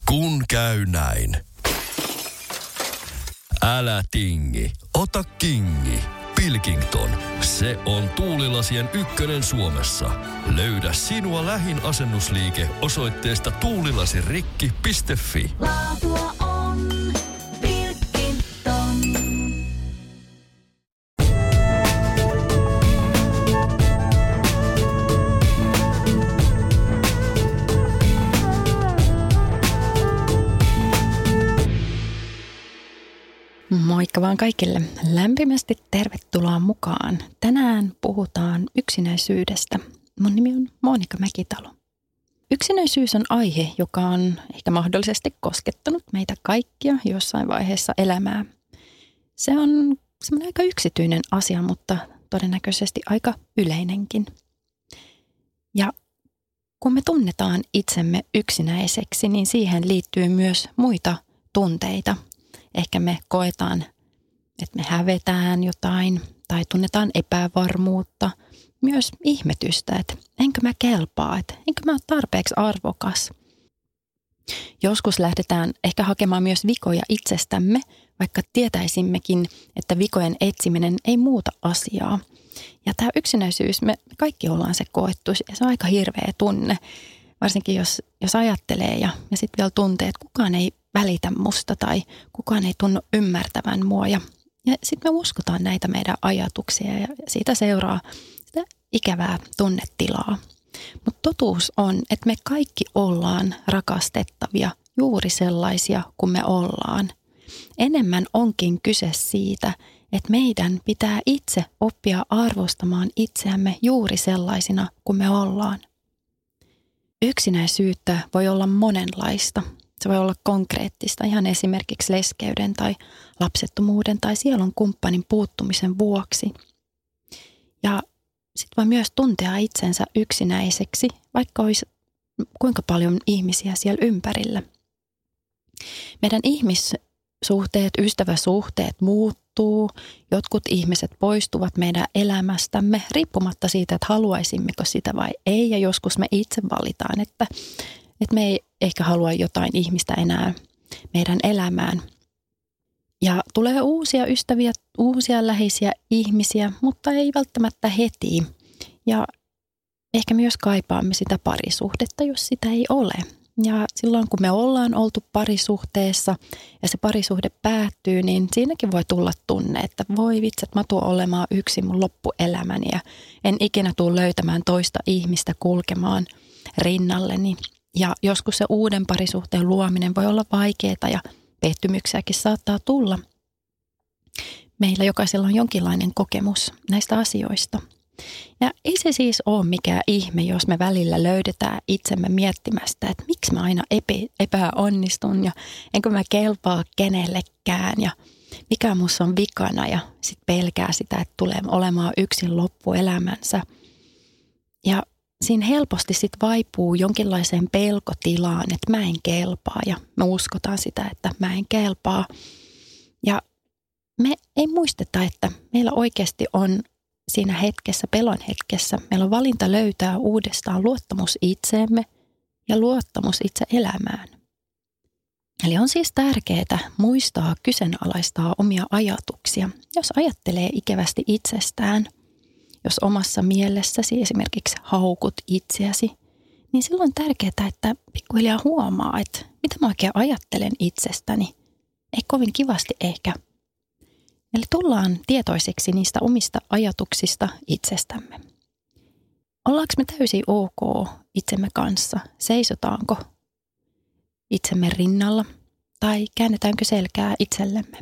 Kun käy näin. Älä tingi, ota kingi. Pilkington, se on tuulilasien ykkönen Suomessa. Löydä sinua lähin asennusliike osoitteesta tuulilasirikki.fi. Laatua on Pilkington. Moikka vaan kaikille. Lämpimästi tervetuloa mukaan. Tänään puhutaan yksinäisyydestä. Mun nimi on Monika Mäkitalo. Yksinäisyys on aihe, joka on ehkä mahdollisesti koskettanut meitä kaikkia jossain vaiheessa elämää. Se on semmoinen aika yksityinen asia, mutta todennäköisesti aika yleinenkin. Ja kun me tunnetaan itsemme yksinäiseksi, niin siihen liittyy myös muita tunteita. Ehkä me koetaan, että me hävetään jotain tai tunnetaan epävarmuutta, myös ihmetystä, että enkö mä kelpaa, että enkö mä ole tarpeeksi arvokas. Joskus lähdetään ehkä hakemaan myös vikoja itsestämme, vaikka tietäisimmekin, että vikojen etsiminen ei muuta asiaa. Ja tämä yksinäisyys, me kaikki ollaan se koettu ja se on aika hirveä tunne, varsinkin jos ajattelee ja sitten vielä tuntee, että kukaan ei välitä musta tai kukaan ei tunnu ymmärtävän mua. Ja sitten me uskotaan näitä meidän ajatuksia ja siitä seuraa sitä ikävää tunnetilaa. Mutta totuus on, että me kaikki ollaan rakastettavia juuri sellaisia kuin me ollaan. Enemmän onkin kyse siitä, että meidän pitää itse oppia arvostamaan itseämme juuri sellaisina kuin me ollaan. Yksinäisyyttä voi olla monenlaista. Se voi olla konkreettista ihan esimerkiksi leskeyden tai lapsettomuuden tai sielun kumppanin puuttumisen vuoksi. Ja sitten voi myös tuntea itsensä yksinäiseksi, vaikka olisi kuinka paljon ihmisiä siellä ympärillä. Meidän ihmissuhteet, ystäväsuhteet muuttuu. Jotkut ihmiset poistuvat meidän elämästämme riippumatta siitä, että haluaisimmeko sitä vai ei. Ja joskus me itse valitaan, että me ei ehkä halua jotain ihmistä enää meidän elämään. Ja tulee uusia ystäviä, uusia läheisiä ihmisiä, mutta ei välttämättä heti. Ja ehkä myös kaipaamme sitä parisuhdetta, jos sitä ei ole. Ja silloin kun me ollaan oltu parisuhteessa ja se parisuhde päättyy, niin siinäkin voi tulla tunne, että voi vitsi, että mä tuun olemaan yksin mun loppuelämäni ja en ikinä tule löytämään toista ihmistä kulkemaan rinnalleni. Ja joskus se uuden parisuhteen luominen voi olla vaikeaa ja pettymyksiäkin saattaa tulla. Meillä jokaisella on jonkinlainen kokemus näistä asioista. Ja ei se siis ole mikään ihme, jos me välillä löydetään itsemme miettimästä, että miksi mä aina epäonnistun ja enkö mä kelpaa kenellekään ja mikä musta on vikana ja sit pelkää sitä, että tulee olemaan yksin loppuelämänsä. Ja siinä helposti sit vaipuu jonkinlaiseen pelkotilaan, että mä en kelpaa ja me uskotaan sitä, että mä en kelpaa. Ja me ei muisteta, että meillä oikeasti on siinä hetkessä, pelon hetkessä, meillä on valinta löytää uudestaan luottamus itseemme ja luottamus itse elämään. Eli on siis tärkeää muistaa kyseenalaistaa omia ajatuksia, jos ajattelee ikävästi itsestään. Jos omassa mielessäsi esimerkiksi haukut itseäsi, niin silloin on tärkeää, että pikkuhiljaa huomaa, että mitä mä oikein ajattelen itsestäni. Ei kovin kivasti ehkä. Eli tullaan tietoiseksi niistä omista ajatuksista itsestämme. Ollaanko me täysin ok itsemme kanssa? Seisotaanko itsemme rinnalla tai käännetäänkö selkää itsellemme?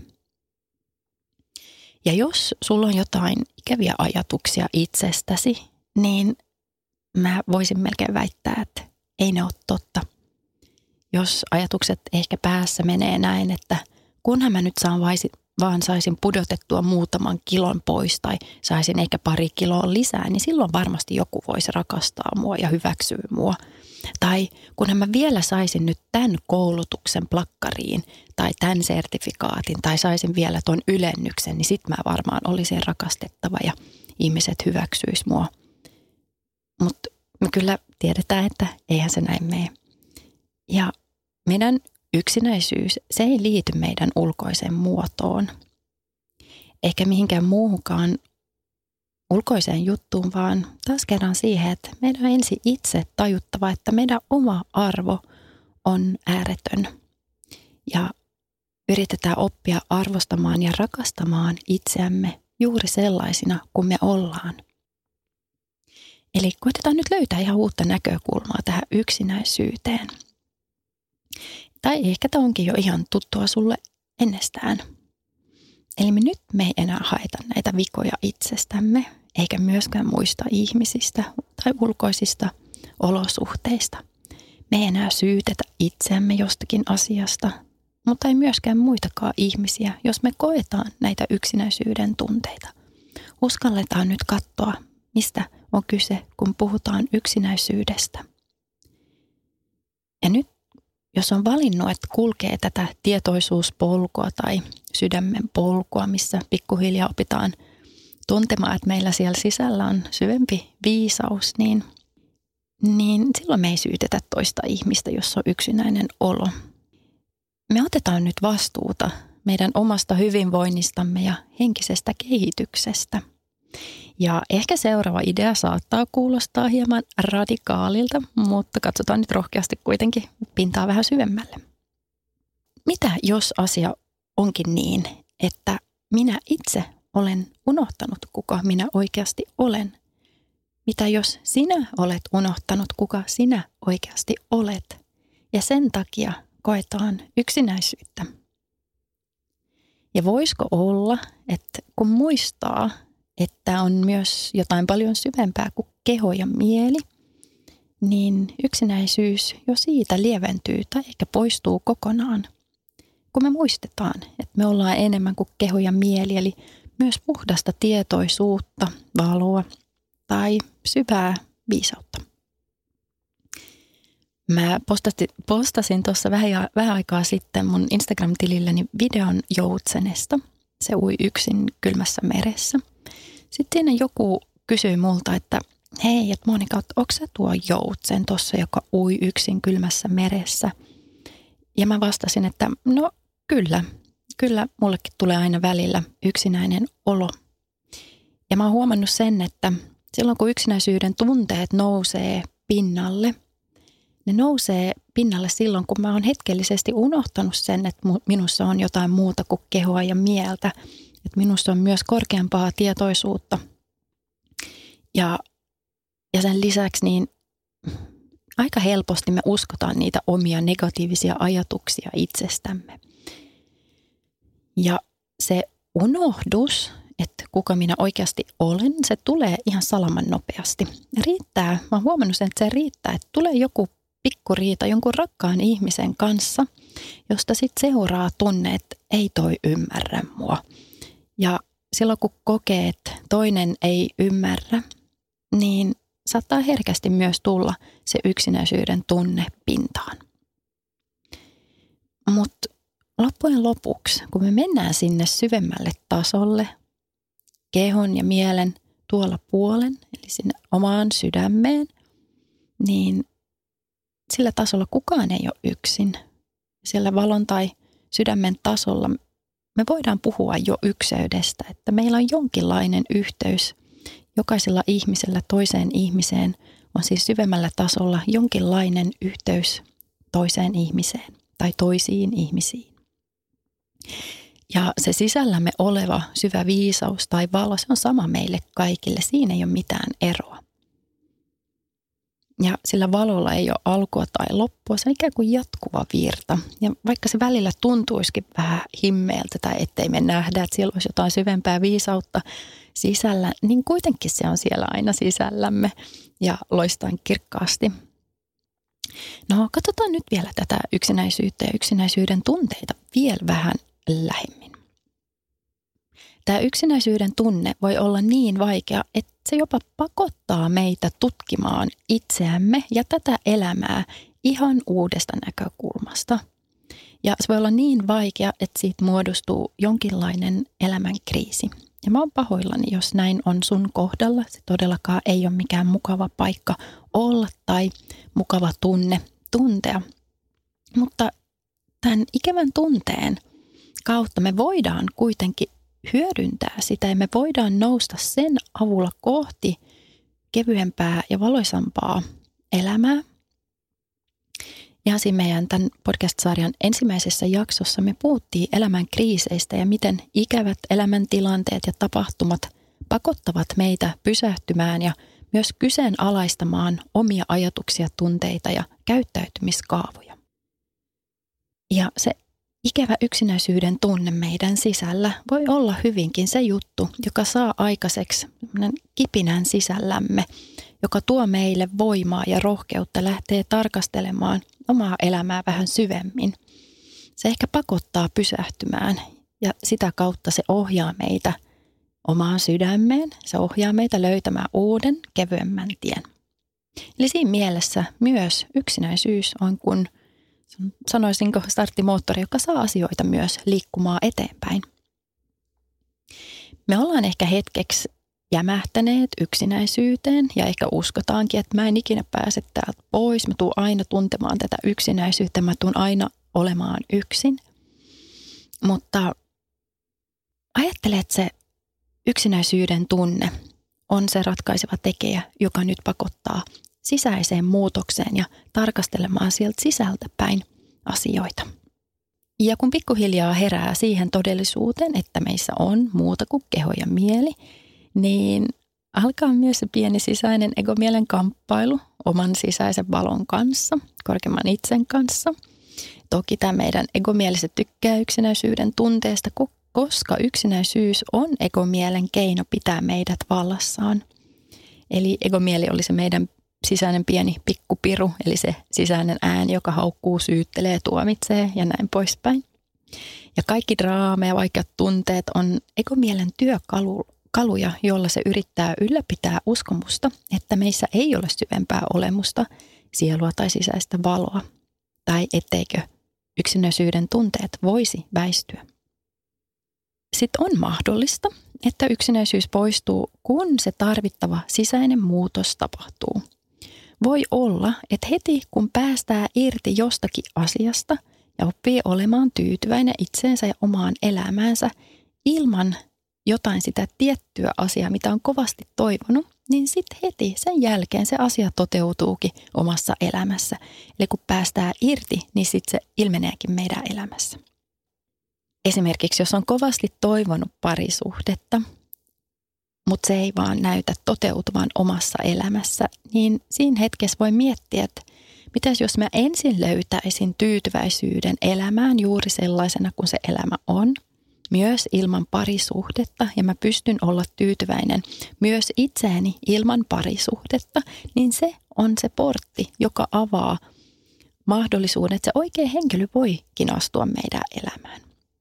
Ja jos sulla on jotain ikäviä ajatuksia itsestäsi, niin mä voisin melkein väittää, että ei ne ole totta. Jos ajatukset ehkä päässä menee näin, että kunhan mä nyt vaan saisin pudotettua muutaman kilon pois tai saisin ehkä pari kiloa lisää, niin silloin varmasti joku voisi rakastaa mua ja hyväksyä mua. Tai kunhan mä vielä saisin nyt tämän koulutuksen plakkariin tai tämän sertifikaatin tai saisin vielä ton ylennyksen, niin sit mä varmaan olisin rakastettava ja ihmiset hyväksyis mua. Mutta me kyllä tiedetään, että eihän se näin mene. Ja meidän yksinäisyys, se ei liity meidän ulkoiseen muotoon, eikä mihinkään muuhunkaan ulkoiseen juttuun, vaan taas kerran siihen, että meidän on ensin itse tajuttava, että meidän oma arvo on ääretön. Ja yritetään oppia arvostamaan ja rakastamaan itseämme juuri sellaisina kuin me ollaan. Eli koitetaan nyt löytää ihan uutta näkökulmaa tähän yksinäisyyteen. Tai ehkä tämä onkin jo ihan tuttua sulle ennestään. Eli me ei enää haeta näitä vikoja itsestämme, eikä myöskään muista ihmisistä tai ulkoisista olosuhteista. Me ei enää syytetä itseämme jostakin asiasta, mutta ei myöskään muitakaan ihmisiä, jos me koetaan näitä yksinäisyyden tunteita. Uskalletaan nyt katsoa, mistä on kyse, kun puhutaan yksinäisyydestä. Ja nyt, jos on valinnut, että kulkee tätä tietoisuuspolkua tai sydämen polkua, missä pikkuhiljaa opitaan tuntemaan, että meillä siellä sisällä on syvempi viisaus, niin silloin me ei syytetä toista ihmistä, jos on yksinäinen olo. Me otetaan nyt vastuuta meidän omasta hyvinvoinnistamme ja henkisestä kehityksestä. Ja ehkä seuraava idea saattaa kuulostaa hieman radikaalilta, mutta katsotaan nyt rohkeasti kuitenkin pintaa vähän syvemmälle. Mitä jos asia onkin niin, että minä itse olen unohtanut, kuka minä oikeasti olen? Mitä jos sinä olet unohtanut, kuka sinä oikeasti olet? Ja sen takia koetaan yksinäisyyttä. Ja voisiko olla, että kun muistaa, että on myös jotain paljon syvempää kuin keho ja mieli, niin yksinäisyys jo siitä lieventyy tai ehkä poistuu kokonaan. Kun me muistetaan, että me ollaan enemmän kuin keho ja mieli, eli myös puhdasta tietoisuutta, valoa tai syvää viisautta. Mä postasin tuossa vähän aikaa sitten mun Instagram-tililläni videon joutsenesta. Se ui yksin kylmässä meressä. Sitten siinä joku kysyi multa, että hei, että Monika, onko sä tuo joutsen tuossa, joka ui yksin kylmässä meressä? Ja mä vastasin, että no kyllä mullekin tulee aina välillä yksinäinen olo. Ja mä oon huomannut sen, että silloin kun yksinäisyyden tunteet nousee pinnalle, ne nousee pinnalle silloin, kun mä oon hetkellisesti unohtanut sen, että minussa on jotain muuta kuin kehoa ja mieltä. Että minussa on myös korkeampaa tietoisuutta. Ja sen lisäksi niin aika helposti me uskotaan niitä omia negatiivisia ajatuksia itsestämme. Ja se unohdus, että kuka minä oikeasti olen, se tulee ihan salaman nopeasti. Riittää, mä oon huomannut sen, että se riittää, että tulee joku pikkuriita jonkun rakkaan ihmisen kanssa, josta sitten seuraa tunne, että ei toi ymmärrä mua. Ja silloin kun kokee, että toinen ei ymmärrä, niin saattaa herkästi myös tulla se yksinäisyyden tunne pintaan. Mutta loppujen lopuksi, kun me mennään sinne syvemmälle tasolle, kehon ja mielen tuolla puolen, eli sinne omaan sydämeen, niin sillä tasolla kukaan ei ole yksin. Siellä valon tai sydämen tasolla me voidaan puhua jo ykseydestä, että meillä on jonkinlainen yhteys. Jokaisella ihmisellä toiseen ihmiseen on siis syvemmällä tasolla jonkinlainen yhteys toiseen ihmiseen tai toisiin ihmisiin. Ja se sisällämme oleva syvä viisaus tai valo, se on sama meille kaikille. Siinä ei ole mitään eroa. Ja sillä valolla ei ole alkua tai loppua, se on ikään kuin jatkuva virta. Ja vaikka se välillä tuntuisikin vähän himmeeltä tai ettei me nähdä, että siellä olisi jotain syvempää viisautta sisällä, niin kuitenkin se on siellä aina sisällämme ja loistaan kirkkaasti. No katsotaan nyt vielä tätä yksinäisyyttä ja yksinäisyyden tunteita vielä vähän lähemmin. Tämä yksinäisyyden tunne voi olla niin vaikea, että se jopa pakottaa meitä tutkimaan itseämme ja tätä elämää ihan uudesta näkökulmasta. Ja se voi olla niin vaikea, että siitä muodostuu jonkinlainen elämän kriisi. Ja mä oon pahoillani, jos näin on sun kohdalla. Se todellakaan ei ole mikään mukava paikka olla tai mukava tuntea. Mutta tämän ikävän tunteen kautta me voidaan kuitenkin hyödyntää sitä ja me voidaan nousta sen avulla kohti kevyempää ja valoisampaa elämää. Ja siinä meidän tämän podcast-sarjan ensimmäisessä jaksossa me puhuttiin elämän kriiseistä ja miten ikävät elämäntilanteet ja tapahtumat pakottavat meitä pysähtymään ja myös kyseenalaistamaan omia ajatuksia, tunteita ja käyttäytymiskaavoja. Ja se ikävä yksinäisyyden tunne meidän sisällä voi olla hyvinkin se juttu, joka saa aikaiseksi kipinän sisällämme, joka tuo meille voimaa ja rohkeutta lähteä tarkastelemaan omaa elämää vähän syvemmin. Se ehkä pakottaa pysähtymään ja sitä kautta se ohjaa meitä omaan sydämeen. Se ohjaa meitä löytämään uuden, kevyemmän tien. Eli siinä mielessä myös yksinäisyys on kuin, sanoisinko, starttimoottori, joka saa asioita myös liikkumaan eteenpäin. Me ollaan ehkä hetkeksi jämähtäneet yksinäisyyteen ja ehkä uskotaankin, että mä en ikinä pääse täältä pois. Mä tuun aina tuntemaan tätä yksinäisyyttä, mä tuun aina olemaan yksin. Mutta ajattele, että se yksinäisyyden tunne on se ratkaiseva tekijä, joka nyt pakottaa sisäiseen muutokseen ja tarkastelemaan sieltä sisältäpäin asioita. Ja kun pikkuhiljaa herää siihen todellisuuteen, että meissä on muuta kuin keho ja mieli, niin alkaa myös se pieni sisäinen egomielen kamppailu oman sisäisen valon kanssa, korkeamman itsen kanssa. Toki tämä meidän egomieliset tykkää yksinäisyyden tunteesta, koska yksinäisyys on egomielen keino pitää meidät vallassaan. Eli egomieli oli se meidän sisäinen pieni pikkupiru, eli se sisäinen ääni, joka haukkuu, syyttelee, tuomitsee ja näin poispäin. Ja kaikki draama ja vaikeat tunteet on egomielen työkaluja, jolla se yrittää ylläpitää uskomusta, että meissä ei ole syvempää olemusta, sielua tai sisäistä valoa, tai etteikö yksinäisyyden tunteet voisi väistyä. Sitten on mahdollista, että yksinäisyys poistuu, kun se tarvittava sisäinen muutos tapahtuu. Voi olla, että heti kun päästään irti jostakin asiasta ja oppii olemaan tyytyväinen itseensä ja omaan elämäänsä ilman jotain sitä tiettyä asiaa, mitä on kovasti toivonut, niin sitten heti sen jälkeen se asia toteutuukin omassa elämässä. Eli kun päästään irti, niin sitten se ilmeneekin meidän elämässä. Esimerkiksi jos on kovasti toivonut parisuhdetta, mutta se ei vaan näytä toteutuvan omassa elämässä, niin siinä hetkessä voi miettiä, että mitäs jos mä ensin löytäisin tyytyväisyyden elämään juuri sellaisena kuin se elämä on, myös ilman parisuhdetta, ja mä pystyn olla tyytyväinen myös itseäni ilman parisuhdetta, niin se on se portti, joka avaa mahdollisuuden, että se oikea henkilö voikin astua meidän elämään.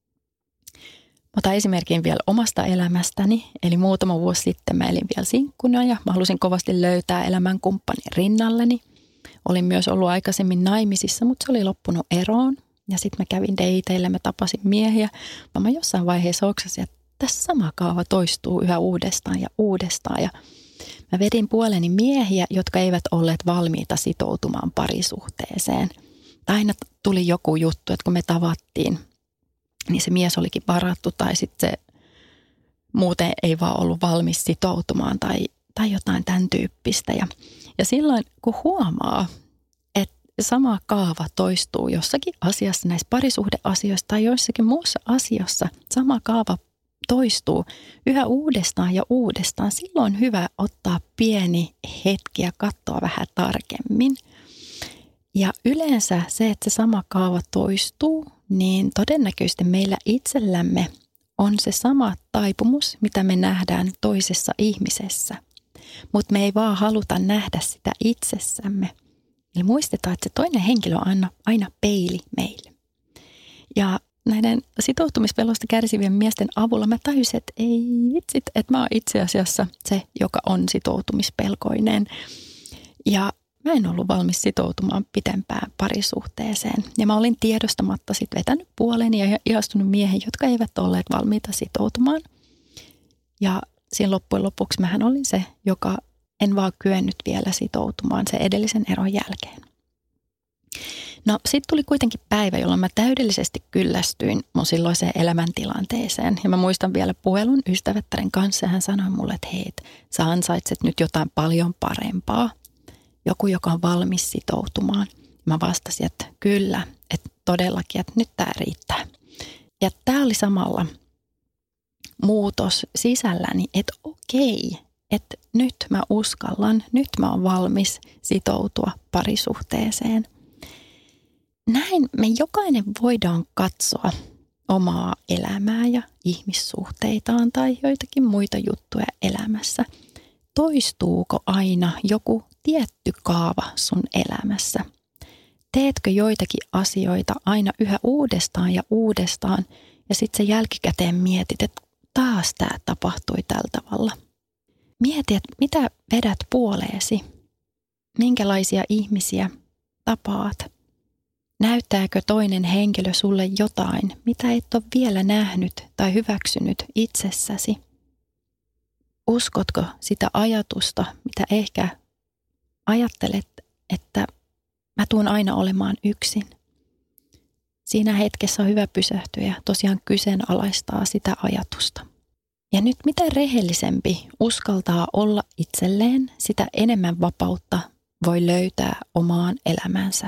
Otan esimerkin vielä omasta elämästäni, eli muutama vuosi sitten mä elin vielä sinkkuna ja mä halusin kovasti löytää elämänkumppanin rinnalleni. Olin myös ollut aikaisemmin naimisissa, mutta se oli loppunut eroon. Ja sitten mä kävin dateille, mä tapasin miehiä. Mä jossain vaiheessa oksasin, että tässä sama kaava toistuu yhä uudestaan ja uudestaan. Ja mä vedin puoleni miehiä, jotka eivät olleet valmiita sitoutumaan parisuhteeseen. Tai aina tuli joku juttu, että kun me tavattiin, niin se mies olikin varattu tai sitten se muuten ei vaan ollut valmis sitoutumaan tai jotain tämän tyyppistä. Ja silloin kun huomaa, että sama kaava toistuu jossakin asiassa, näissä parisuhdeasioissa tai joissakin muussa asiassa, sama kaava toistuu yhä uudestaan ja uudestaan, silloin on hyvä ottaa pieni hetki ja katsoa vähän tarkemmin. Ja yleensä se, että se sama kaava toistuu, niin todennäköisesti meillä itsellämme on se sama taipumus, mitä me nähdään toisessa ihmisessä. Mutta me ei vaan haluta nähdä sitä itsessämme. Eli muistetaan, että se toinen henkilö on aina peili meille. Ja näiden sitoutumispelosta kärsivien miesten avulla mä tajusin, että ei vitsit, että mä oon itse asiassa se, joka on sitoutumispelkoinen. Ja mä en ollut valmis sitoutumaan pitempään parisuhteeseen. Ja mä olin tiedostamatta sitten vetänyt puoleeni ja ihastunut miehen, jotka eivät olleet valmiita sitoutumaan. Ja siinä loppujen lopuksi mähän olin se, joka en vaan kyennyt vielä sitoutumaan sen edellisen eron jälkeen. No sitten tuli kuitenkin päivä, jolloin mä täydellisesti kyllästyin mun silloiseen elämäntilanteeseen. Ja mä muistan vielä puhelun ystävättären kanssa ja hän sanoi mulle, että hei, sä ansaitset nyt jotain paljon parempaa. Joku, joka on valmis sitoutumaan. Mä vastasin, että kyllä, että todellakin, että nyt tää riittää. Ja tää oli samalla muutos sisälläni, että okei, että nyt mä uskallan, nyt mä oon valmis sitoutua parisuhteeseen. Näin me jokainen voidaan katsoa omaa elämää ja ihmissuhteitaan tai joitakin muita juttuja elämässä. Toistuuko aina joku tietty kaava sun elämässä? Teetkö joitakin asioita aina yhä uudestaan ja uudestaan ja sitten sä jälkikäteen mietit, että taas tämä tapahtui tällä tavalla. Mieti, että mitä vedät puoleesi, minkälaisia ihmisiä tapaat. Näyttääkö toinen henkilö sulle jotain, mitä et ole vielä nähnyt tai hyväksynyt itsessäsi? Uskotko sitä ajatusta, mitä ehkä ajattelet, että mä tuun aina olemaan yksin? Siinä hetkessä on hyvä pysähtyä ja tosiaan kyseenalaistaa sitä ajatusta. Ja nyt mitä rehellisempi uskaltaa olla itselleen, sitä enemmän vapautta voi löytää omaan elämäänsä.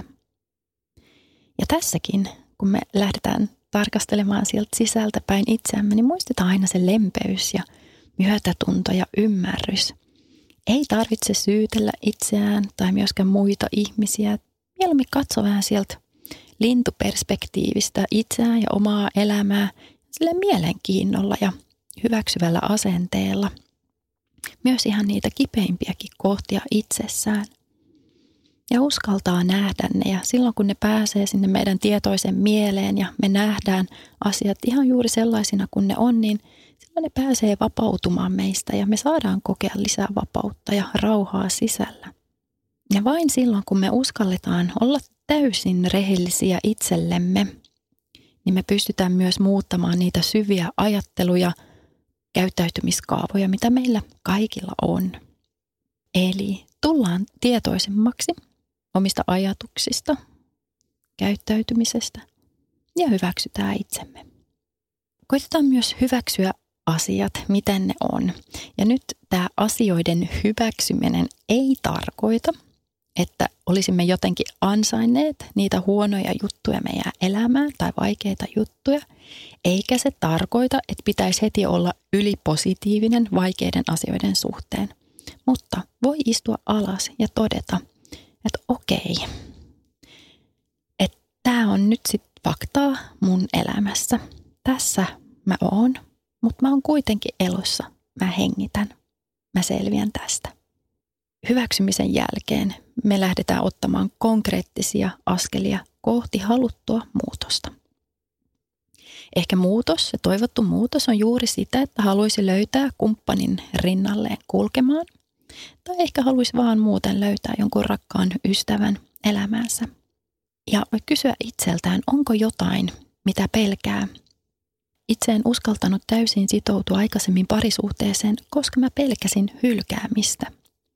Ja tässäkin, kun me lähdetään tarkastelemaan sieltä sisältä päin itseämme, niin muistetaan aina se lempeys ja myötätunto ja ymmärrys. Ei tarvitse syytellä itseään tai myöskään muita ihmisiä. Mieluummin katso vähän sieltä lintuperspektiivistä itseään ja omaa elämää sille mielenkiinnolla ja hyväksyvällä asenteella. Myös ihan niitä kipeimpiäkin kohtia itsessään. Ja uskaltaa nähdä ne ja silloin kun ne pääsee sinne meidän tietoisen mieleen ja me nähdään asiat ihan juuri sellaisina kuin ne on, niin silloin ne pääsee vapautumaan meistä ja me saadaan kokea lisää vapautta ja rauhaa sisällä. Ja vain silloin kun me uskalletaan olla täysin rehellisiä itsellemme, niin me pystytään myös muuttamaan niitä syviä ajatteluja, käyttäytymiskaavoja, mitä meillä kaikilla on. Eli tullaan tietoisemmaksi omista ajatuksista, käyttäytymisestä ja hyväksytään itsemme. Koitetaan myös hyväksyä asiat, miten ne on. Ja nyt tämä asioiden hyväksyminen ei tarkoita, että olisimme jotenkin ansainneet niitä huonoja juttuja meidän elämään tai vaikeita juttuja, eikä se tarkoita, että pitäisi heti olla ylipositiivinen vaikeiden asioiden suhteen. Mutta voi istua alas ja todeta, että okei, että tämä on nyt sitten faktaa mun elämässä. Tässä mä oon, mutta mä oon kuitenkin elossa. Mä hengitän. Mä selviän tästä. Hyväksymisen jälkeen me lähdetään ottamaan konkreettisia askelia kohti haluttua muutosta. Ehkä muutos, se toivottu muutos on juuri sitä, että haluaisi löytää kumppanin rinnalleen kulkemaan. Tai ehkä haluaisi vaan muuten löytää jonkun rakkaan ystävän elämäänsä. Ja voi kysyä itseltään, onko jotain, mitä pelkää. Itse en uskaltanut täysin sitoutua aikaisemmin parisuhteeseen, koska mä pelkäsin hylkäämistä.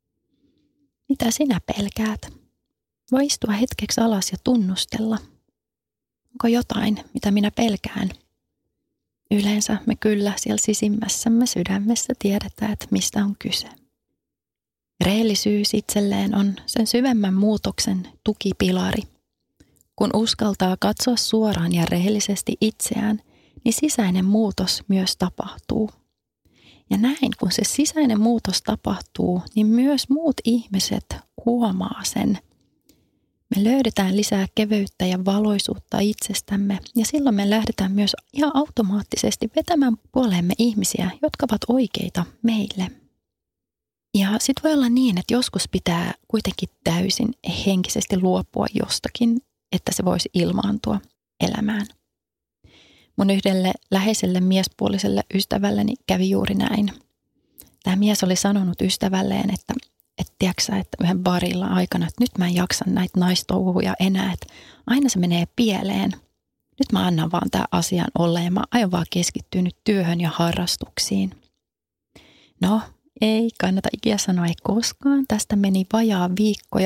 Mitä sinä pelkäät? Voi istua hetkeksi alas ja tunnustella. Onko jotain, mitä minä pelkään? Yleensä me kyllä siellä sisimmässämme sydämessä tiedetään, että mistä on kyse. Rehellisyys itselleen on sen syvemmän muutoksen tukipilari. Kun uskaltaa katsoa suoraan ja rehellisesti itseään, niin sisäinen muutos myös tapahtuu. Ja näin, kun se sisäinen muutos tapahtuu, niin myös muut ihmiset huomaa sen. Me löydetään lisää keveyttä ja valoisuutta itsestämme ja silloin me lähdetään myös ihan automaattisesti vetämään puoleemme ihmisiä, jotka ovat oikeita meille. Ja sitten voi olla niin, että joskus pitää kuitenkin täysin henkisesti luopua jostakin, että se voisi ilmaantua elämään. Mun yhdelle läheiselle miespuoliselle ystävälleni kävi juuri näin. Tämä mies oli sanonut ystävälleen, että tiedätkö että yhden barilla aikana, että nyt mä en jaksa näitä naistouhuja enää, että aina se menee pieleen. Nyt mä annan vaan tämän asian olla ja mä aion vaan keskittyä nyt työhön ja harrastuksiin. No, ei kannata ikinä sanoa ei koskaan. Tästä meni vajaa viikko ja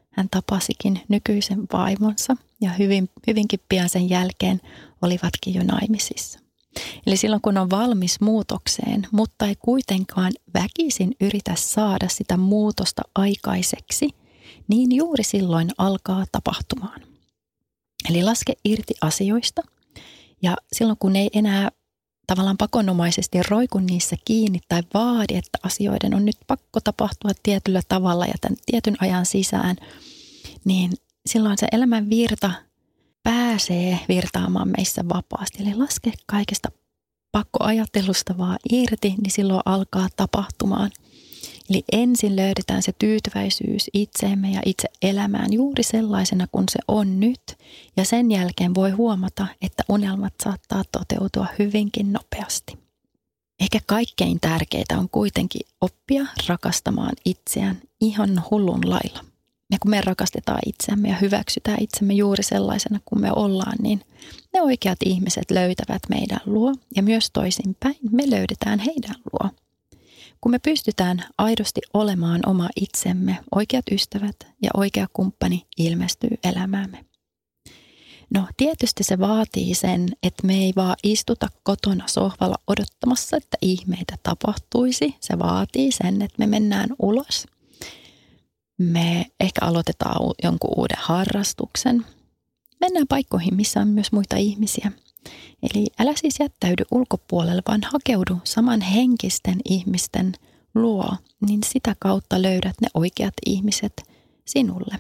hän tapasikin nykyisen vaimonsa ja hyvinkin pian sen jälkeen olivatkin jo naimisissa. Eli silloin kun on valmis muutokseen, mutta ei kuitenkaan väkisin yritä saada sitä muutosta aikaiseksi, niin juuri silloin alkaa tapahtumaan. Eli laske irti asioista ja silloin kun ei enää tavallaan pakonomaisesti roiku niissä kiinni tai vaadi, että asioiden on nyt pakko tapahtua tietyllä tavalla ja tämän tietyn ajan sisään, niin silloin se elämän virta pääsee virtaamaan meissä vapaasti. Eli laske kaikesta pakkoajattelusta vaan irti, niin silloin alkaa tapahtumaan. Eli ensin löydetään se tyytyväisyys itseemme ja itse elämään juuri sellaisena kuin se on nyt. Ja sen jälkeen voi huomata, että unelmat saattaa toteutua hyvinkin nopeasti. Ehkä kaikkein tärkeintä on kuitenkin oppia rakastamaan itseään ihan hullun lailla. Ja kun me rakastetaan itseämme ja hyväksytään itsemme juuri sellaisena kuin me ollaan, niin ne oikeat ihmiset löytävät meidän luo ja myös toisinpäin me löydetään heidän luo. Kun me pystytään aidosti olemaan oma itsemme, oikeat ystävät ja oikea kumppani ilmestyy elämäämme. No tietysti se vaatii sen, että me ei vaan istuta kotona sohvalla odottamassa, että ihmeitä tapahtuisi. Se vaatii sen, että me mennään ulos. Me ehkä aloitetaan jonkun uuden harrastuksen. Mennään paikkoihin, missä on myös muita ihmisiä. Eli älä siis jättäydy ulkopuolelle, vaan hakeudu samanhenkisten ihmisten luo, niin sitä kautta löydät ne oikeat ihmiset sinulle.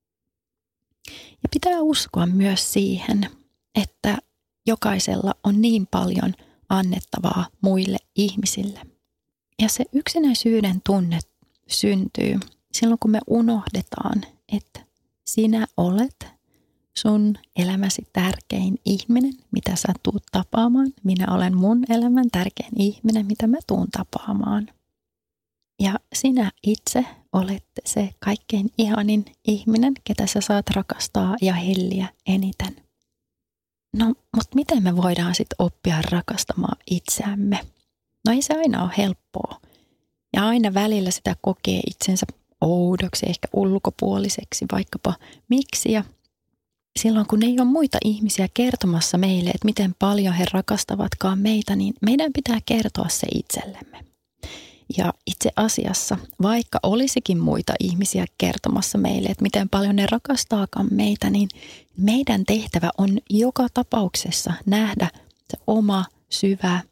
Ja pitää uskoa myös siihen, että jokaisella on niin paljon annettavaa muille ihmisille. Ja se yksinäisyyden tunne syntyy silloin, kun me unohdetaan, että sinä olet sun elämäsi tärkein ihminen, mitä sä tuut tapaamaan. Minä olen mun elämän tärkein ihminen, mitä mä tuun tapaamaan. Ja sinä itse olet se kaikkein ihanin ihminen, ketä sä saat rakastaa ja helliä eniten. No, mutta miten me voidaan sitten oppia rakastamaan itseämme? No ei se aina ole helppoa. Ja aina välillä sitä kokee itsensä oudoksi, ehkä ulkopuoliseksi, vaikkapa miksi. Ja silloin kun ei ole muita ihmisiä kertomassa meille, että miten paljon he rakastavatkaan meitä, niin meidän pitää kertoa se itsellemme. Ja itse asiassa, vaikka olisikin muita ihmisiä kertomassa meille, että miten paljon ne rakastaakaan meitä, niin meidän tehtävä on joka tapauksessa nähdä se oma syvä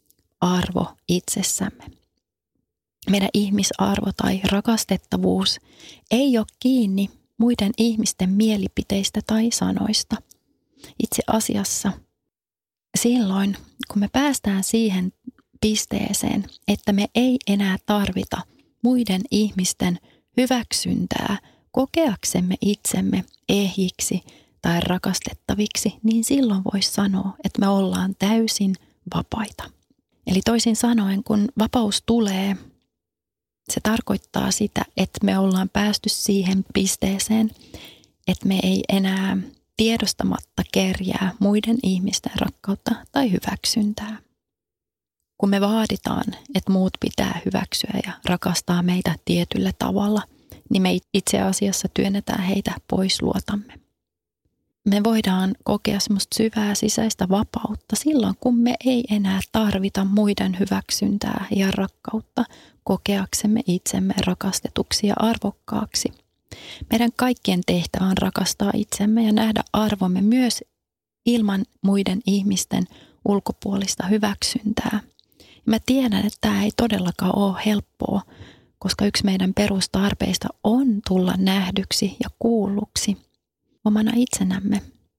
arvo itsessämme. Meidän ihmisarvo tai rakastettavuus ei ole kiinni muiden ihmisten mielipiteistä tai sanoista. Itse asiassa silloin, kun me päästään siihen pisteeseen, että me ei enää tarvita muiden ihmisten hyväksyntää kokeaksemme itsemme ehjiksi tai rakastettaviksi, niin silloin voisi sanoa, että me ollaan täysin vapaita. Eli toisin sanoen, kun vapaus tulee, se tarkoittaa sitä, että me ollaan päästy siihen pisteeseen, että me ei enää tiedostamatta kerjää muiden ihmisten rakkautta tai hyväksyntää. Kun me vaaditaan, että muut pitää hyväksyä ja rakastaa meitä tietyllä tavalla, niin me itse asiassa työnnetään heitä pois luotamme. Me voidaan kokea semmoista syvää sisäistä vapautta silloin, kun me ei enää tarvita muiden hyväksyntää ja rakkautta kokeaksemme itsemme rakastetuksi ja arvokkaaksi. Meidän kaikkien tehtävä on rakastaa itsemme ja nähdä arvomme myös ilman muiden ihmisten ulkopuolista hyväksyntää. Ja mä tiedän, että tämä ei todellakaan ole helppoa, koska yksi meidän perustarpeista on tulla nähdyksi ja kuulluksi omana itsenämme.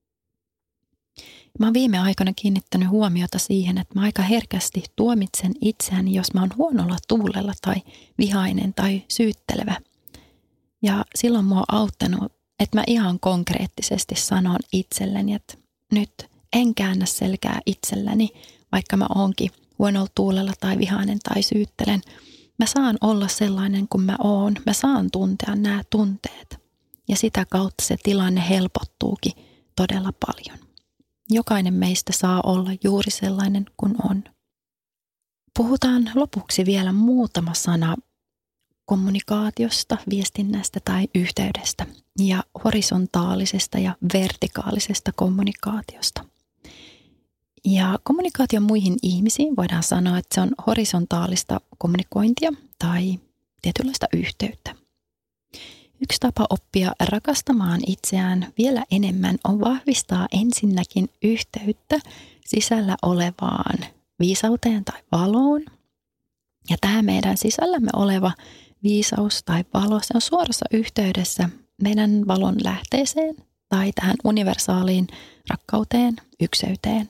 Mä oon viime aikoina kiinnittänyt huomiota siihen, että mä aika herkästi tuomitsen itseäni, jos mä oon huonolla tuulella tai vihainen tai syyttelevä. Ja silloin mua on auttanut, että mä ihan konkreettisesti sanon itselleni, että nyt en käännä selkää itselleni, vaikka mä oonkin huonolla tuulella tai vihainen tai syyttelen. Mä saan olla sellainen kuin mä oon. Mä saan tuntea nämä tunteet. Ja sitä kautta se tilanne helpottuukin todella paljon. Jokainen meistä saa olla juuri sellainen kuin on. Puhutaan lopuksi vielä muutama sana kommunikaatiosta, viestinnästä tai yhteydestä ja horisontaalisesta ja vertikaalisesta kommunikaatiosta. Ja kommunikaatio muihin ihmisiin voidaan sanoa, että se on horisontaalista kommunikointia tai tietynlaista yhteyttä. Yksi tapa oppia rakastamaan itseään vielä enemmän on vahvistaa ensinnäkin yhteyttä sisällä olevaan viisauteen tai valoon. Ja tämä meidän sisällämme oleva viisaus tai valo, se on suorassa yhteydessä meidän valon lähteeseen tai tähän universaaliin rakkauteen, ykseyteen.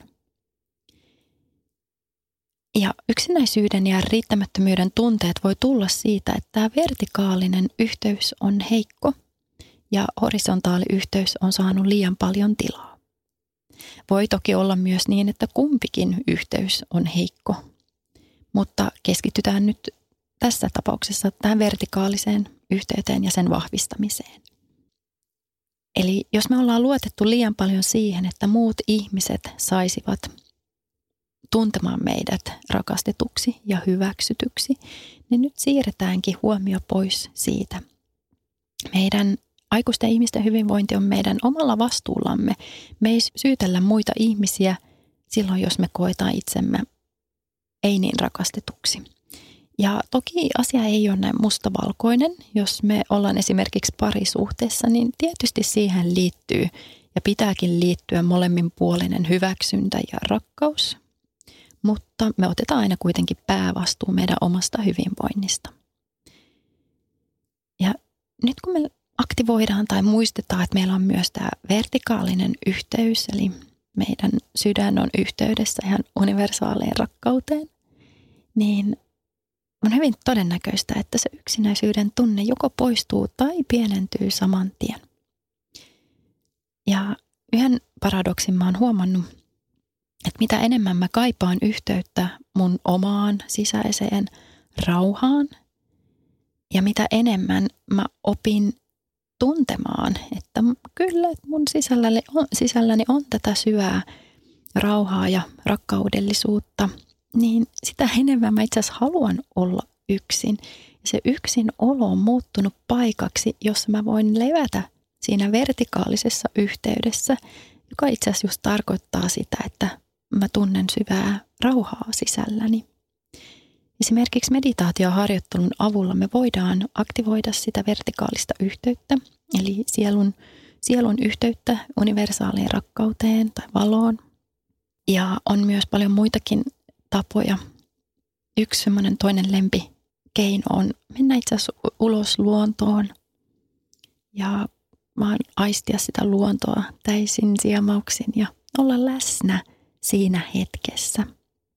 Ja yksinäisyyden ja riittämättömyyden tunteet voi tulla siitä, että tämä vertikaalinen yhteys on heikko ja horisontaaliyhteys on saanut liian paljon tilaa. Voi toki olla myös niin, että kumpikin yhteys on heikko, mutta keskitytään nyt tässä tapauksessa tähän vertikaaliseen yhteyteen ja sen vahvistamiseen. Eli jos me ollaan luotettu liian paljon siihen, että muut ihmiset saisivat tuntemaan meidät rakastetuksi ja hyväksytyksi, niin nyt siirretäänkin huomio pois siitä. Meidän aikuisten ihmisten hyvinvointi on meidän omalla vastuullamme. Me ei syytellä muita ihmisiä silloin, jos me koetaan itsemme ei niin rakastetuksi. Ja toki asia ei ole näin mustavalkoinen. Jos me ollaan esimerkiksi parisuhteessa, niin tietysti siihen liittyy ja pitääkin liittyä molemminpuolinen hyväksyntä ja rakkaus. Mutta me otetaan aina kuitenkin päävastuu meidän omasta hyvinvoinnista. Ja nyt kun me aktivoidaan tai muistetaan, että meillä on myös tämä vertikaalinen yhteys, eli meidän sydän on yhteydessä ihan universaaliin rakkauteen, niin on hyvin todennäköistä, että se yksinäisyyden tunne joko poistuu tai pienentyy saman tien. Ja yhden paradoksin mä oon huomannut, että mitä enemmän mä kaipaan yhteyttä mun omaan sisäiseen rauhaan ja mitä enemmän mä opin tuntemaan, että kyllä että mun sisälläni on tätä syvää rauhaa ja rakkaudellisuutta, niin sitä enemmän mä itse asiassa haluan olla yksin. Ja se yksin olo on muuttunut paikaksi, jossa mä voin levätä siinä vertikaalisessa yhteydessä, joka itse asiassa just tarkoittaa sitä, että mä tunnen syvää rauhaa sisälläni. Esimerkiksi meditaatioharjoittelun avulla me voidaan aktivoida sitä vertikaalista yhteyttä, eli sielun yhteyttä universaaliin rakkauteen tai valoon. Ja on myös paljon muitakin tapoja. Yksi semmoinen toinen lempikeino on mennä itse asiassa ulos luontoon ja vaan aistia sitä luontoa täysin siemauksin ja olla läsnä siinä hetkessä.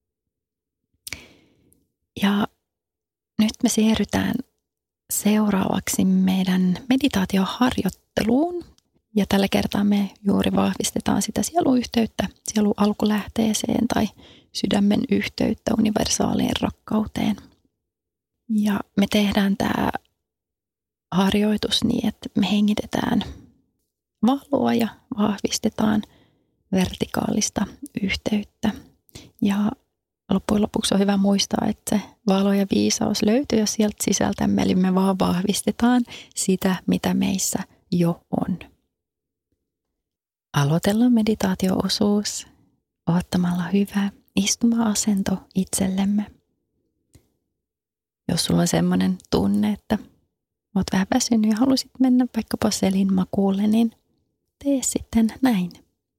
Ja nyt me siirrytään seuraavaksi meidän meditaatioharjoitteluun. Ja tällä kertaa me juuri vahvistetaan sitä sieluyhteyttä, sielun alkulähteeseen tai sydämen yhteyttä universaaliin rakkauteen. Ja me tehdään tämä harjoitus niin, että me hengitetään valoa ja vahvistetaan vertikaalista yhteyttä. Ja loppujen lopuksi on hyvä muistaa, että se valo ja viisaus löytyy jo sieltä sisältämme, eli me vaan vahvistetaan sitä, mitä meissä jo on. Aloitellaan meditaatio-osuus ottamalla hyvä istuma-asento itsellemme. Jos sulla on semmoinen tunne, että oot vähän väsynyt ja halusit mennä vaikkapa selin makuulle, niin tee sitten näin.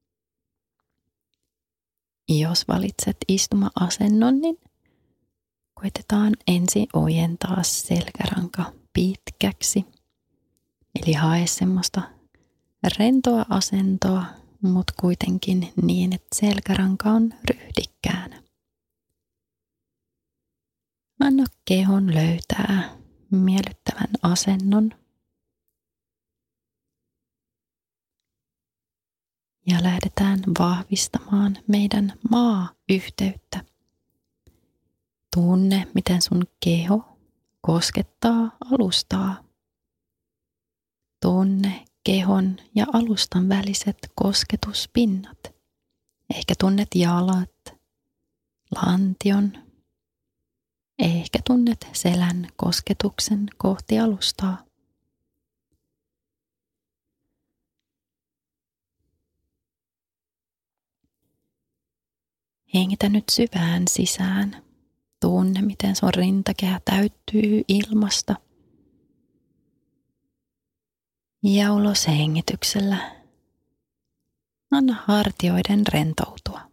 Jos valitset istuma-asennon, niin koitetaan ensin ojentaa selkäranka pitkäksi. Eli hae semmoista rentoa asentoa, mutta kuitenkin niin, että selkäranka on ryhdikkäänä. Anna kehon löytää miellyttävän asennon. Ja lähdetään vahvistamaan meidän maa-yhteyttä. Tunne, miten sun keho koskettaa alustaa. Tunne kehon ja alustan väliset kosketuspinnat. Ehkä tunnet jalat, lantion, Ehkä tunnet selän kosketuksen kohti alustaa. Hengitä nyt syvään sisään. Tunne, miten sun rintakehä täyttyy ilmasta. Ja ulos hengityksellä. Anna hartioiden rentoutua.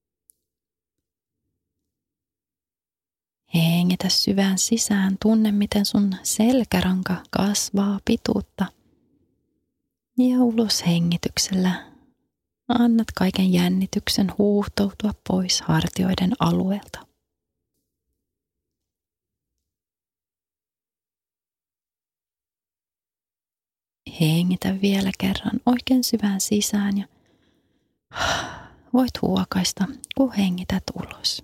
Hengitä syvään sisään. Tunne, miten sun selkäranka kasvaa pituutta. Ja ulos hengityksellä. Annat kaiken jännityksen huuhtoutua pois hartioiden alueelta. Hengitä vielä kerran oikein syvään sisään ja voit huokaista, kun hengität ulos.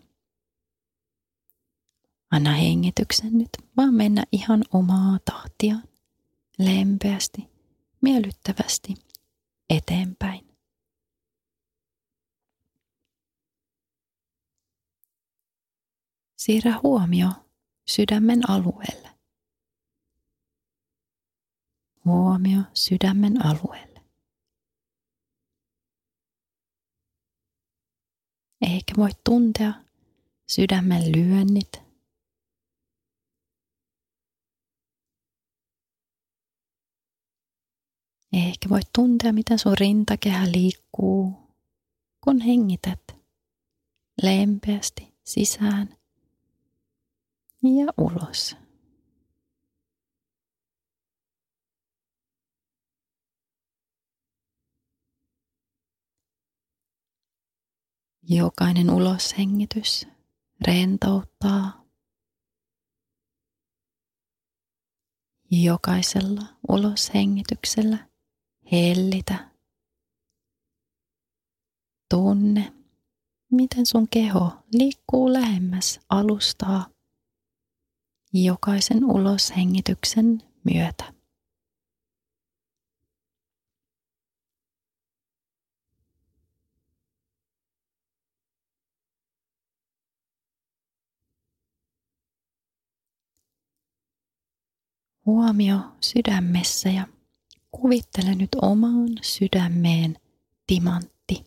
Anna hengityksen nyt vaan mennä ihan omaa tahtiaan, lempeästi, miellyttävästi eteenpäin. Siirrä huomio sydämen alueelle. Huomio sydämen alueelle. Ehkä voit tuntea sydämen lyönnit. Ehkä voit tuntea, miten sun rintakehä liikkuu, kun hengität lempeästi sisään ja ulos. Jokainen uloshengitys rentouttaa. Jokaisella uloshengityksellä hellitä. Tunne, miten sun keho liikkuu lähemmäs alustaa jokaisen uloshengityksen myötä. Huomio sydämessä ja kuvittele nyt omaan sydämeen timantti.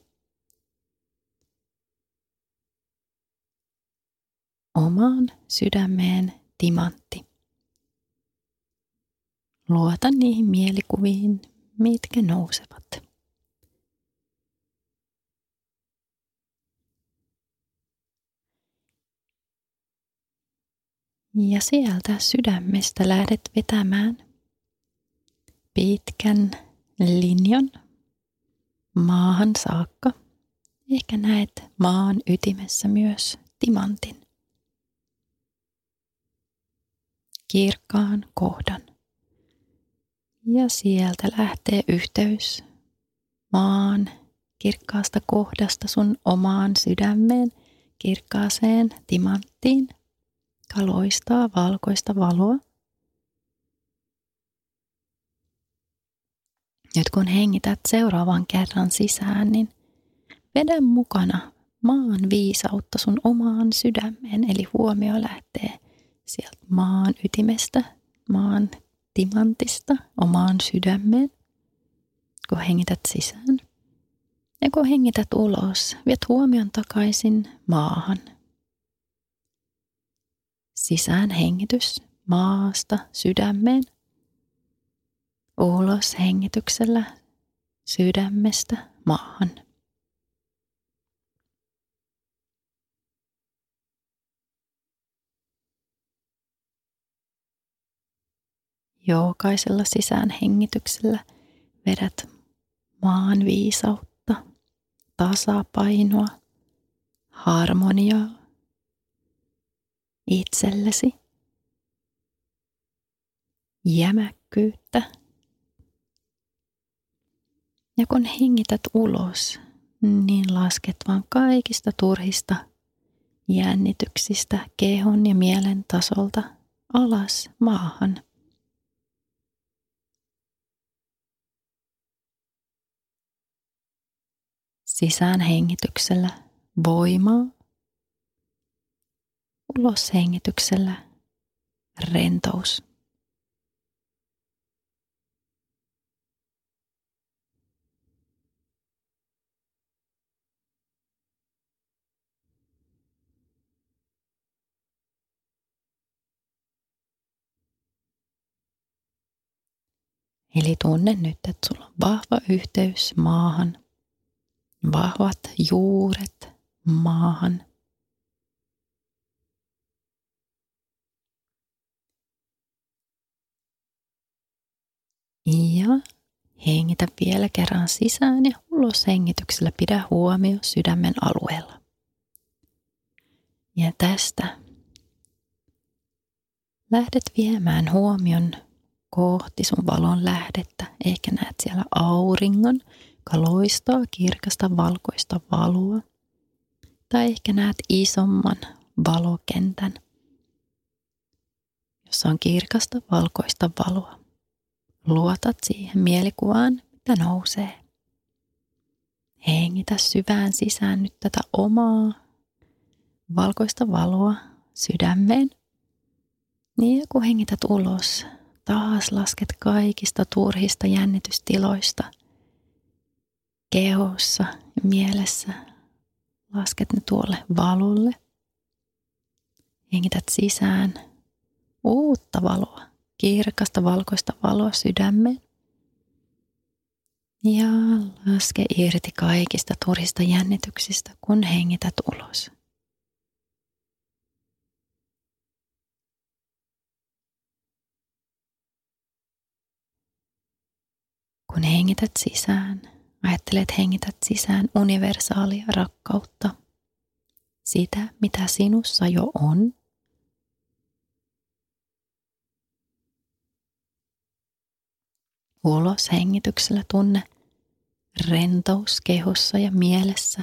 Omaan sydämeen timantti. Luota niihin mielikuviin, mitkä nousevat. Ja sieltä sydämestä lähdet vetämään pitkän linjan maahan saakka. Ehkä näet maan ytimessä myös timantin. Kirkkaan kohdan. Ja sieltä lähtee yhteys maan kirkkaasta kohdasta sun omaan sydämeen, kirkkaaseen timanttiin, joka loistaa valkoista valoa. Nyt kun hengität seuraavan kerran sisään, niin vedä mukana maan viisautta sun omaan sydämeen. Eli huomio lähtee sieltä maan ytimestä, maan timantista omaan sydämeen, kun hengität sisään. Ja kun hengität ulos, viet huomion takaisin maahan. Sisään hengitys maasta sydämeen. Ulos hengityksellä sydämestä maahan. Jokaisella sisään hengityksellä vedät maan viisautta, tasapainoa, harmoniaa itsellesi, jämäkkyyttä. Ja kun hengität ulos, niin lasket vaan kaikista turhista jännityksistä kehon ja mielen tasolta alas maahan. Sisään hengityksellä voimaa, Ulos hengityksellä rentous. Eli tunne nyt, että sulla on vahva yhteys maahan, vahvat juuret maahan. Ja hengitä vielä kerran sisään ja ulos hengityksellä pidä huomio sydämen alueella. Ja tästä lähdet viemään huomion kohti sun valon lähdettä. Ehkä näet siellä auringon, joka loistaa kirkasta valkoista valoa. Tai ehkä näet isomman valokentän, jossa on kirkasta valkoista valoa. Luotat siihen mielikuvaan, mitä nousee. Hengitä syvään sisään nyt tätä omaa valkoista valoa sydämeen. Niin ja kun hengität ulos, taas lasket kaikista turhista jännitystiloista kehossa ja mielessä. Lasket ne tuolle valolle. Hengität sisään uutta valoa, kirkasta valkoista valoa sydämeen. Ja laske irti kaikista turhista jännityksistä, kun hengität ulos. Kun hengität sisään, ajattele, että hengität sisään universaalia rakkautta. Sitä, mitä sinussa jo on. Ulos hengityksellä tunne rentous kehossa ja mielessä.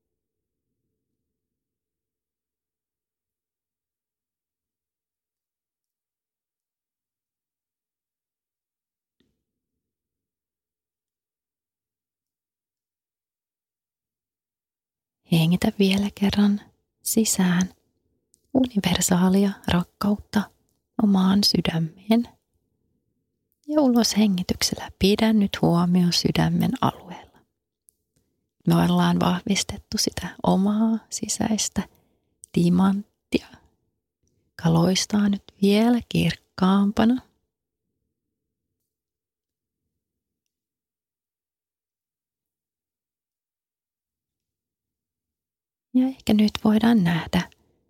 Hengitä vielä kerran sisään universaalia rakkautta omaan sydämeen. Ja ulos hengityksellä pidä nyt huomio sydämen alueella. Me ollaan vahvistettu sitä omaa sisäistä timanttia, joka loistaa nyt vielä kirkkaampana. Ja ehkä nyt voidaan nähdä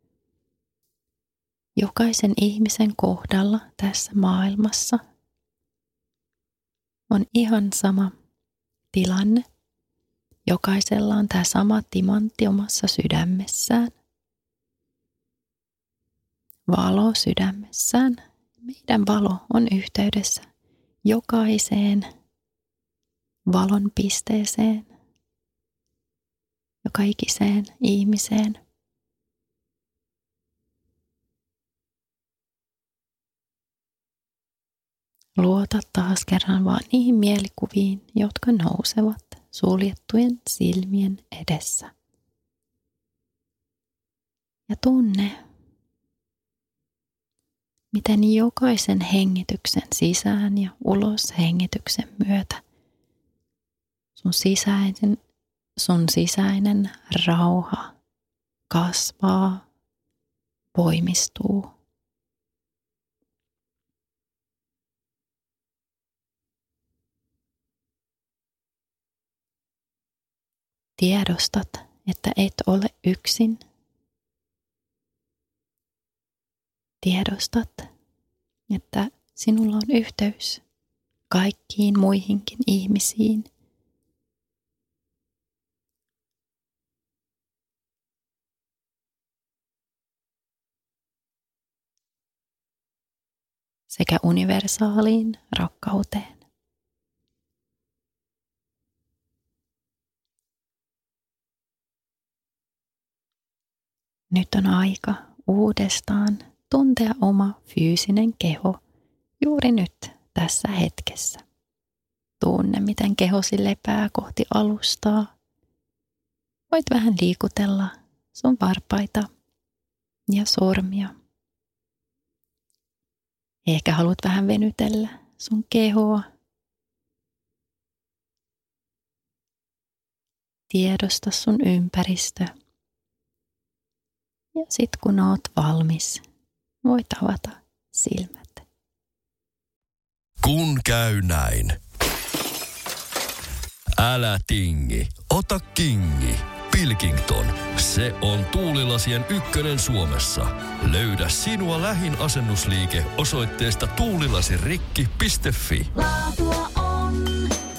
jokaisen ihmisen kohdalla tässä maailmassa on ihan sama tilanne. Jokaisella on tämä sama timantti omassa sydämessään. Valo sydämessään. Meidän valo on yhteydessä jokaiseen valon pisteeseen, joka ikiseen ihmiseen. Luota taas kerran vaan niihin mielikuviin, jotka nousevat suljettujen silmien edessä. Ja tunne, miten jokaisen hengityksen sisään ja ulos hengityksen myötä sun sisäinen rauha kasvaa, voimistuu. Tiedostat, että et ole yksin. Tiedostat, että sinulla on yhteys kaikkiin muihinkin ihmisiin. Sekä universaaliin rakkauteen. Nyt on aika uudestaan tuntea oma fyysinen keho juuri nyt tässä hetkessä. Tunne, miten kehosi lepää kohti alustaa. Voit vähän liikutella sun varpaita ja sormia. Ehkä haluat vähän venytellä sun kehoa. Tiedosta sun ympäristö. Ja sit kun oot valmis, voit avata silmät. Kun käy näin. Älä tingi, ota kingi. Pilkington, se on tuulilasien ykkönen Suomessa. Löydä sinua lähin asennusliike osoitteesta tuulilasirikki.fi. Laatua on